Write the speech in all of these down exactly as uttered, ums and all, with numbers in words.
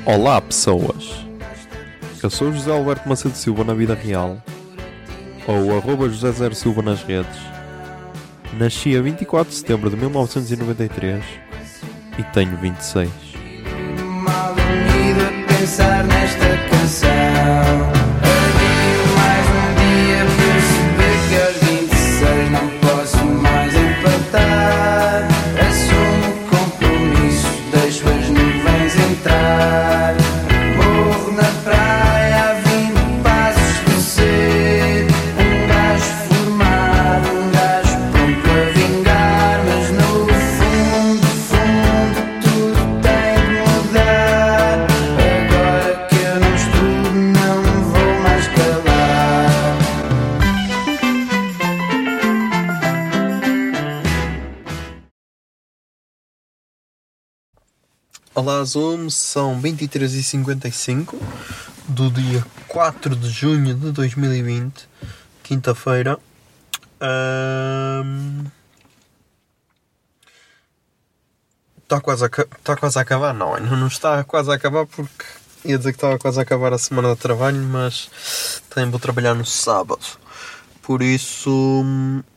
Olá pessoas, eu sou José Alberto Macedo Silva na vida real, ou arroba José Zero Silva nas redes. Nasci a vinte e quatro de setembro de mil novecentos e noventa e três e tenho vinte e seis. Mal unido a pensar nesta canção. Havia mais um dia perceber que aos vinte e seis não posso mais empatar. Assumo compromisso, deixo as nuvens entrar. Morro na praia a vinte passos de ser um gajo formado, um gajo pronto a vingar. Mas no fundo, fundo, tudo tem de mudar. Agora que eu não estudo, não me vou mais calar. Olá Zoom, são vinte e três e cinquenta e cinco do dia quatro de junho de dois mil e vinte, quinta-feira. Ahm, Está quase, a, ca- está quase a acabar, não, ainda não está quase a acabar porque ia dizer que estava quase a acabar a semana de trabalho, mas também vou trabalhar no sábado. Por isso,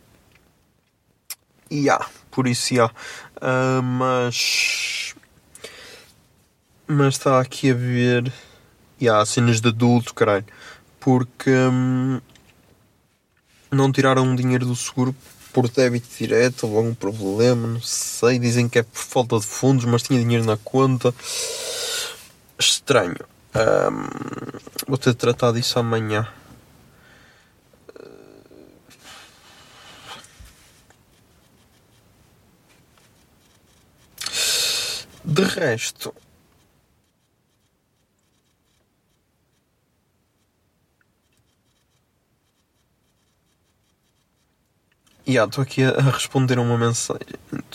yeah, por isso, yeah. Ah, mas, mas está aqui a ver, yeah, cenas de adulto, caralho, porque hum, não tiraram o dinheiro do seguro por débito direto, houve algum problema, não sei, dizem que é por falta de fundos, mas tinha dinheiro na conta. Estranho. Hum, vou ter de tratar disso amanhã. De resto, yeah, estou aqui a a responder a uma mensagem.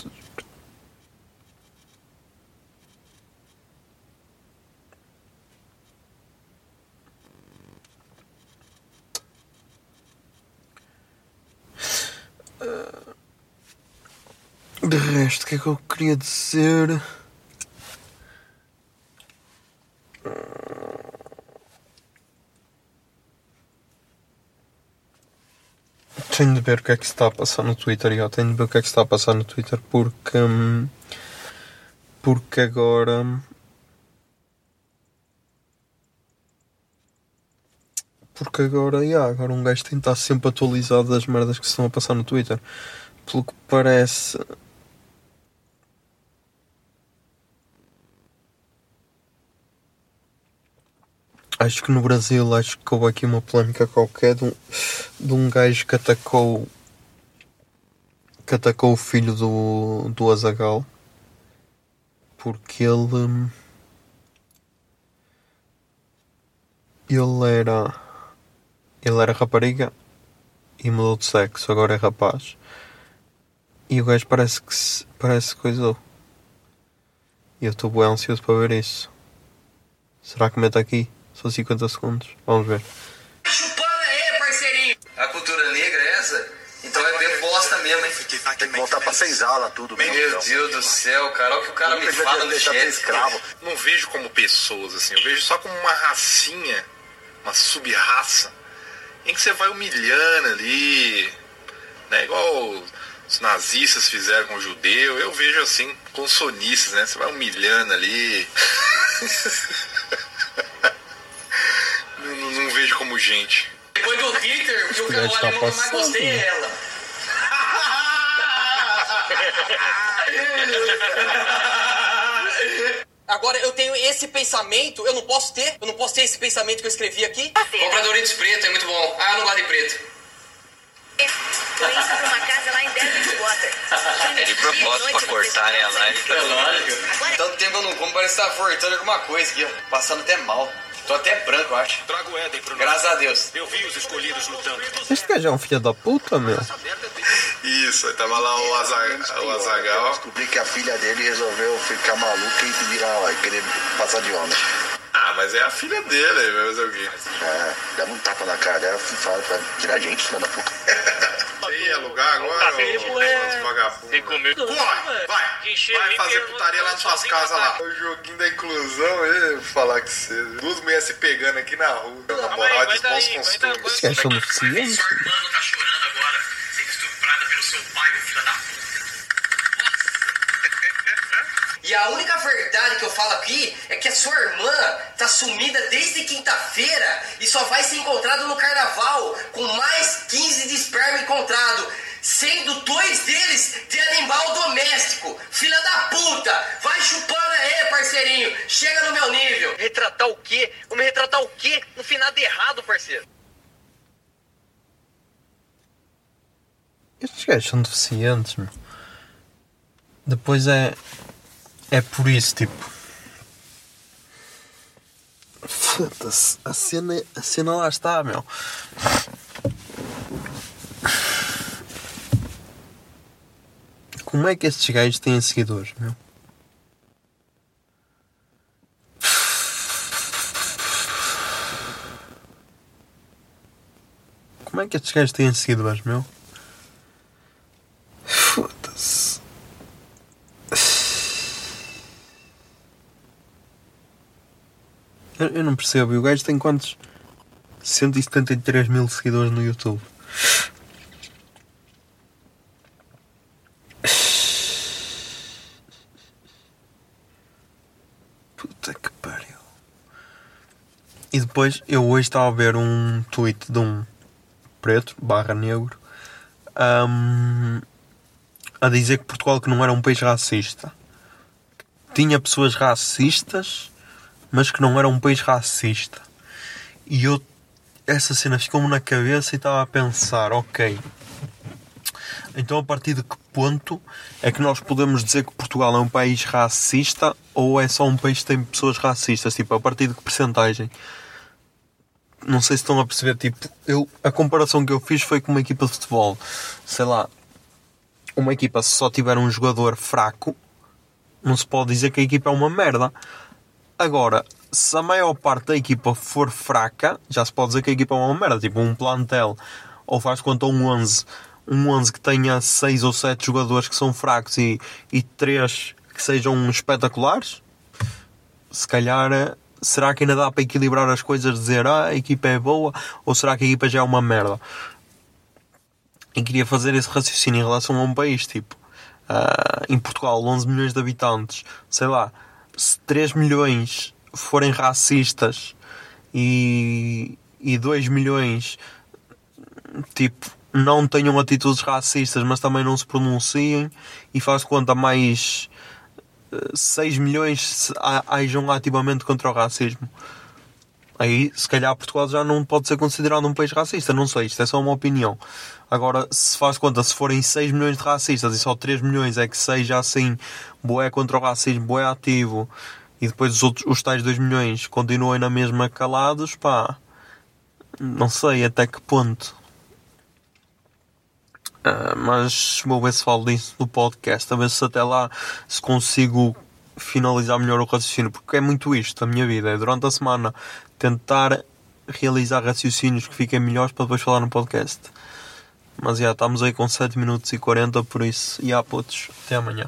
De resto, o que é que eu queria dizer? Tenho de ver o que é que se está a passar no Twitter. Já tenho de ver o que é que se está a passar no Twitter porque. hum, Porque agora. Porque agora, yeah, agora um gajo tem de estar sempre atualizado das merdas que se estão a passar no Twitter. Pelo que parece. Acho que no Brasil, acho que houve aqui uma polémica qualquer de um, de um gajo que atacou. Que atacou o filho do, do Azaghal. Porque ele. hum, Ele era. Ele era rapariga e mudou de sexo, agora é rapaz. E o gajo parece que se, parece que coisou. E eu estou bem ansioso para ver isso. Será que mete aqui? São cinquenta segundos. Vamos ver. Chupando aí, parceirinho. A cultura negra é essa? Então é bem bosta mesmo, hein? Tem que voltar pra senzala tudo. Meu mesmo, Deus do céu, cara. Olha o que o cara me Nunca fala devia no deixar de ser chat. escravo. Não vejo como pessoas, assim, eu vejo só como uma racinha, uma sub-raça, em que você vai humilhando ali, né? Igual os nazistas fizeram com o judeu, eu vejo assim, com os sonistas, né? Você vai humilhando ali. não, não- não vejo como gente. Depois do Twitter, o que eu Esse gajo o tá alemão que eu mais passando, gostei né? é ela. Agora eu tenho esse pensamento, eu não posso ter? Eu não posso ter esse pensamento que eu escrevi aqui? Compra Doritos preto, é muito bom. Ah, eu não gosto de preto. Foi isso pra uma casa lá em Devonwater. É de propósito pra cortarem a live. É lógico. Agora Tanto tempo eu não como, parece que tá fortando alguma coisa aqui, ó. Passando até mal. Tô até branco, eu acho. Trago Éden pro Graças a Deus. Eu vi os escolhidos lutando. Este gajo é um filho da puta, meu. Isso, aí tava lá o, Azar, o Eu Azaghal. descobri que a filha dele resolveu ficar maluca e virar, querer passar de homem. Ah, mas é a filha dele, vai fazer o quê? É, dá um tapa na cara dela e fala pra tirar a gente, filha da puta. Aí, alô, lugar agora, Tá feio, ô, é. os vagabundos. Tem que comer. Corre, vai, vai fazer putaria lá nas suas casas lá. O joguinho da inclusão, eu vou falar que você. Duas mulheres se pegando aqui na rua. Na moral dos bons costumes. Esses gajos são deficientes. Sua irmã tá chorando agora, sendo estuprada pelo seu pai, meu filho da puta. E a única verdade que eu falo aqui é que a sua irmã tá sumida desde quinta-feira e só vai ser encontrado no carnaval com mais quinze de esperma encontrado, sendo dois deles de animal doméstico. Filha da puta! Vai chupando aí, parceirinho! Chega no meu nível! Retratar o quê? Vou me retratar o quê? No final de errado, parceiro! Estes gajos são deficientes, meu. Depois é... É por isso, tipo... Foda-se. A cena, a cena lá está, meu. Como é que estes gajos têm seguidores, meu? Como é que estes gajos têm seguidores, meu? Foda-se. Eu, eu não percebo. E o gajo tem quantos? cento e setenta e três mil seguidores no YouTube. Puta que pariu. E depois, eu hoje estava a ver um tweet de um preto, barra negro, um, a dizer que Portugal que não era um país racista. Tinha pessoas racistas, mas que não era um país racista. E eu, essa cena ficou-me na cabeça e estava a pensar, ok, então a partir de que ponto é que nós podemos dizer que Portugal é um país racista ou é só um país que tem pessoas racistas? Tipo, a partir de que percentagem? Não sei se estão a perceber, tipo, eu, a comparação que eu fiz foi com uma equipa de futebol. Sei lá, uma equipa se só tiver um jogador fraco, não se pode dizer que a equipa é uma merda. Agora, se a maior parte da equipa for fraca, já se pode dizer que a equipa é uma merda. Tipo, um plantel, ou faz conta um onze, um onze que tenha seis ou sete jogadores que são fracos e, e três que sejam espetaculares. Se calhar, será que ainda dá para equilibrar as coisas, dizer, ah, a equipa é boa, ou será que a equipa já é uma merda? E queria fazer esse raciocínio em relação a um país, tipo, uh, em Portugal, onze milhões de habitantes, sei lá, se três milhões forem racistas e, e dois milhões, tipo, não tenham atitudes racistas, mas também não se pronunciem, e faz conta mais seis milhões hajam ativamente contra o racismo. Aí, se calhar, Portugal já não pode ser considerado um país racista. Não sei, isto é só uma opinião. Agora, se faz conta, se forem seis milhões de racistas e só três milhões é que seja assim, boé contra o racismo, boé ativo, e depois os outros, os tais dois milhões continuem na mesma calados, pá, não sei até que ponto. Uh, mas vou ver se falo disso no podcast, a ver se até lá se consigo finalizar melhor o raciocínio, porque é muito isto a minha vida, é durante a semana tentar realizar raciocínios que fiquem melhores para depois falar no podcast. Mas já estamos aí com sete minutos e quarenta, por isso, e há putos, até amanhã.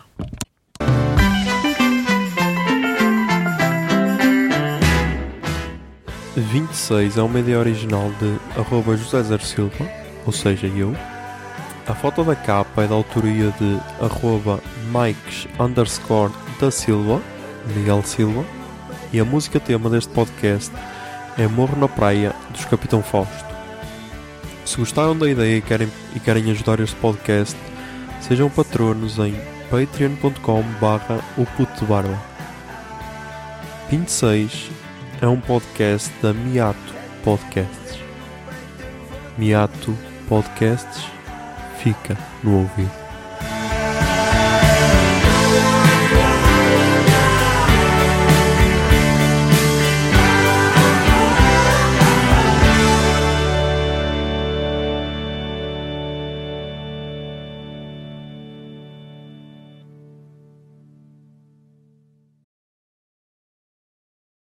vinte e seis é uma ideia original de arroba José Zero Silva, ou seja, eu. A foto da capa é da autoria de arroba Mikes underscore da Silva, Miguel Silva, e a música tema deste podcast é Morro na Praia, dos Capitão Fausto. Se gostaram da ideia e querem, e querem ajudar este podcast, sejam patronos em patreon ponto com barra o puto de barba. vinte e seis é um podcast da Miato Podcasts. Miato Podcasts fica no ouvido.